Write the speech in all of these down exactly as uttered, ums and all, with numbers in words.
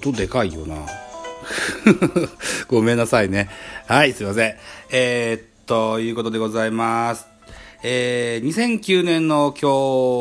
音でかいよなごめんなさいね。はい、すいません。えー、っということでございます。えー、にせんきゅうねんの今日、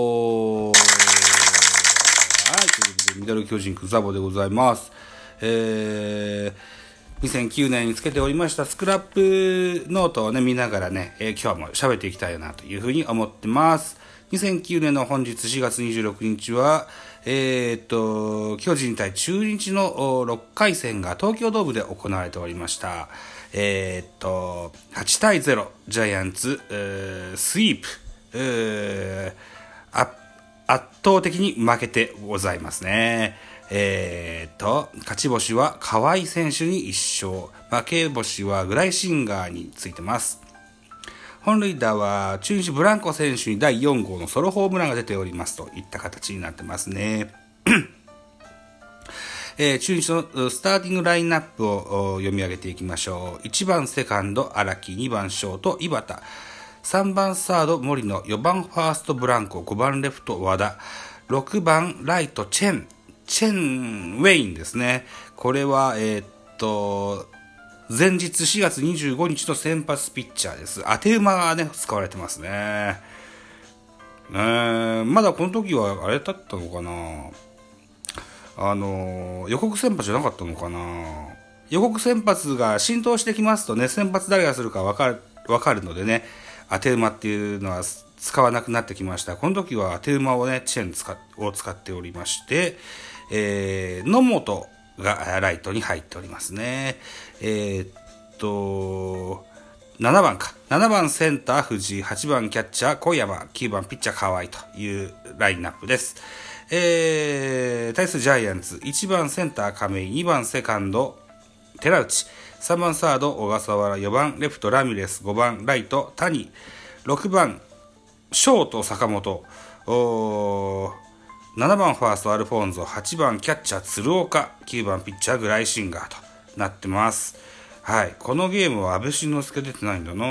はい、ということでミドル巨人くザボでございます。えー、にせんきゅうねんにつけておりましたスクラップノートをね見ながらね、えー、今日も喋っていきたいなというふうに思ってます。にせんきゅうねんの本日しがつにじゅうろくにちは、えー、っと巨人対中日のろっかい戦が東京ドームで行われておりました。えー、っとはちたいゼロジャイアンツ、えー、スイープ、えー、あ圧倒的に負けてございますね。えー、と勝ち星は河合選手にいっしょう、負け星はグライシンガーについてます。本塁打は中日ブランコ選手にだいよんごうのソロホームランが出ておりますといった形になってますね。えー、中日のスターティングラインナップを読み上げていきましょう。いちばんセカンド荒木、にばんショート井端、さんばんサード森野、よんばんファーストブランコ、ごばんレフト和田、ろくばんライトチェンチェンウェインですね。これはえー、っと前日しがつにじゅうごにちの先発ピッチャーです。当て馬がね使われてますね。えー、まだこの時はあれだったのかな、あの予告先発じゃなかったのかな。予告先発が浸透してきますとね、先発誰がするか分かる、分かるのでね、当て馬っていうのは使わなくなってきました。この時は当て馬をねチェン使を使っておりまして、えー、野本がライトに入っておりますね。えー、っとななばんかななばんセンター藤井、はちばんキャッチャー小山、きゅうばんピッチャー河合というラインナップです。えー、対するジャイアンツ、いちばんセンター亀井、にばんセカンド寺内、さんばんサード小笠原、よばんレフトラミレス、ごばんライト谷、ろくばんショート坂本、おななばんファーストアルフォンゾ、はちばんキャッチャー鶴岡、きゅうばんピッチャーグライシンガーとなってます。はい、このゲームは安倍晋之助出てないんだな。うん。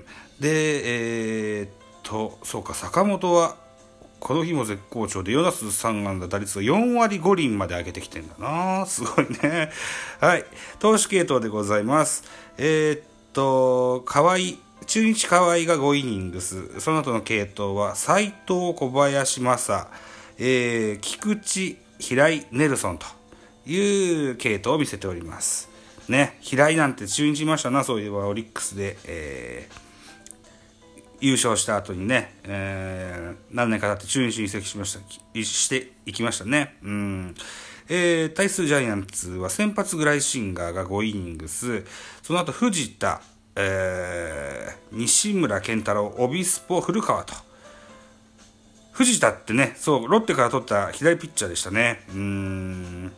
で、えー、っとそうか、坂本はこの日も絶好調でよんだすうさんあんだ、打率がよんわりごりんまで上げてきてんだな。すごいね。はい、投手系統でございます。えー、っと河合、中日河合がごイニングス、その後の系統は斉藤、小林正、えー、菊池、平井、ネルソンという系統を見せておりますね。平井なんて中日いましたな。そういえばオリックスで、えー優勝した後にね、えー、何年か経って中日に移籍しましたしていきましたね。うん。えー、対するジャイアンツは先発グライシンガーがごイニングス、その後藤田、えー、西村健太郎、オビスポ、古川と。藤田ってね、そうロッテから取った左ピッチャーでしたね。うーん。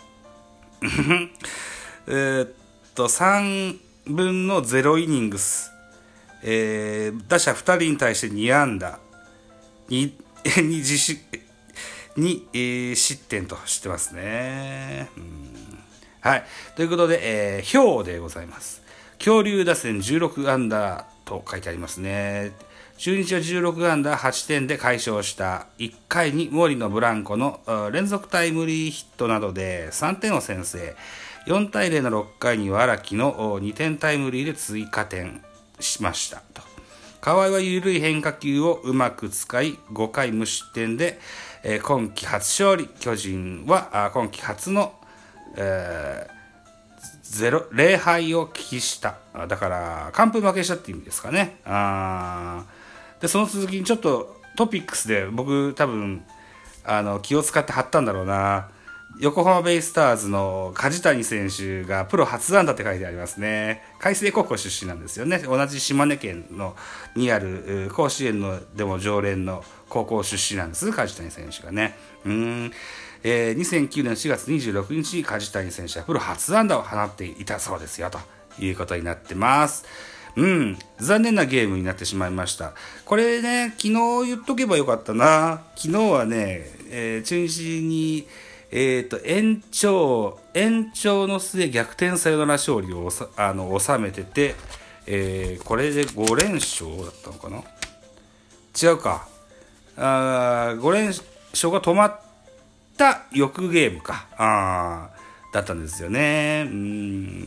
えっとさんぶんのゼロイニングス。えー、打者ふたりに対してにあんだ 2, 2, 自主に、えー、失点としてますね。うん、はい、ということで、えー、表でございます。恐竜打線じゅうろくアンダーと書いてありますね。中日はじゅうろくアンダーはちてんで快勝した。いっかいに森のブランコの連続タイムリーヒットなどでさんてんを先制。よんたいゼロのろっかいには荒木のにてんタイムリーで追加点しましたと。河合は緩い変化球をうまく使いごかい無失点で、えー、今季初勝利。巨人は今季初の、えー、ゼロはいを喫した。だから完封負けしたっていう意味ですかね。あでその続きにちょっとトピックスで僕多分あの気を使って貼ったんだろうな。横浜ベイスターズの梶谷選手がプロ初安打って書いてありますね。海星高校出身なんですよね。同じ島根県のにある甲子園のでも常連の高校出身なんです、梶谷選手がね。うーん、えー、にせんきゅうねんしがつにじゅうろくにちに梶谷選手はプロ初安打を放っていたそうですよということになってます。うん、残念なゲームになってしまいました。これね、昨日言っとけばよかったな。昨日はね、えー、中日にえー、と延長延長の末逆転サヨナラ勝利をあの収めてて、えー、これでごれん勝だったのかな。違うか、あごれん勝が止まった翌ゲームか。あだったんですよね。うん。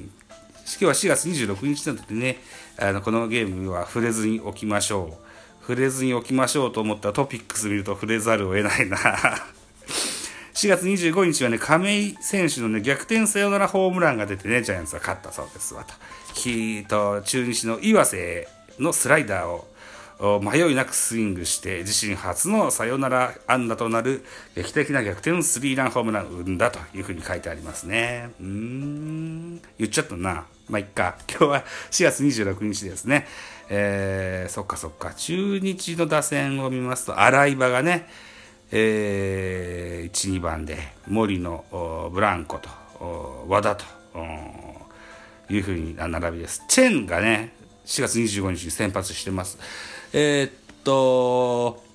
今日はしがつにじゅうろくにちなのでね、あのこのゲームは触れずにおきましょう。触れずにおきましょうと思ったらトピックス見ると触れざるを得ないな。しがつにじゅうごにちはね、亀井選手のね、逆転サヨナラホームランが出てね、ジャイアンツは勝ったそうですわと。きと中日の岩瀬のスライダーを迷いなくスイングして自身初のサヨナラ安打となる劇的な逆転スリーランホームランを生んだというふうに書いてありますね。うーん言っちゃったな。まあいっか。今日はしがつにじゅうろくにちですね。えー、そっかそっか。中日の打線を見ますと洗い場がね、えー、いち、にばんで森野、ブランコと和田というふうに並びです。チェンがねしがつにじゅうごにちに先発してます。えー、っと、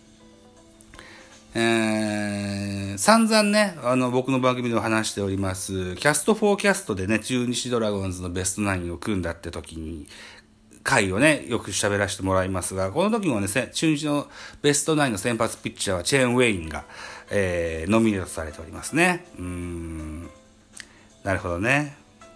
えー、散々ねあの僕の番組でも話しておりますキャストフォーキャストでね中日ドラゴンズのベストナインを組んだって時に回をねよく喋らせてもらいますが、この時もね中日のベストナインの先発ピッチャーはチェーン・ウェインが、えー、ノミネートされておりますね。うーんなるほどね。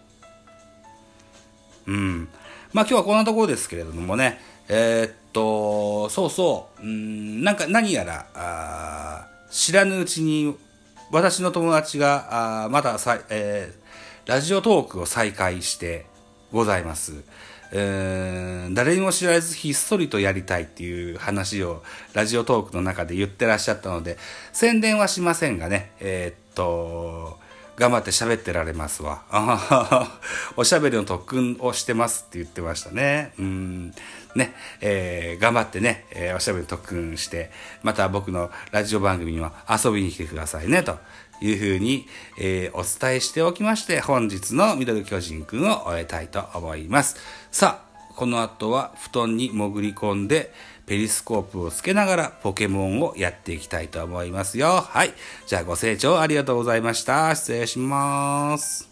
うんまあ今日はこんなところですけれどもね、えー、っとそうそううんなんか何やらあ知らぬうちに私の友達があまたさ、えー、ラジオトークを再開してございます。えー、誰にも知られずひっそりとやりたいっていう話をラジオトークの中で言ってらっしゃったので宣伝はしませんがね、えー、っと頑張って喋ってられますわ。おしゃべりの特訓をしてますって言ってましたね。うんね、えー、頑張ってね、えー、おしゃべりの特訓してまた僕のラジオ番組には遊びに来てくださいねというふうに、えー、お伝えしておきまして本日のミドル巨人くんを終えたいと思います。さあこの後は布団に潜り込んでペリスコープをつけながらポケモンをやっていきたいと思いますよ。はい。じゃあご清聴ありがとうございました。失礼します。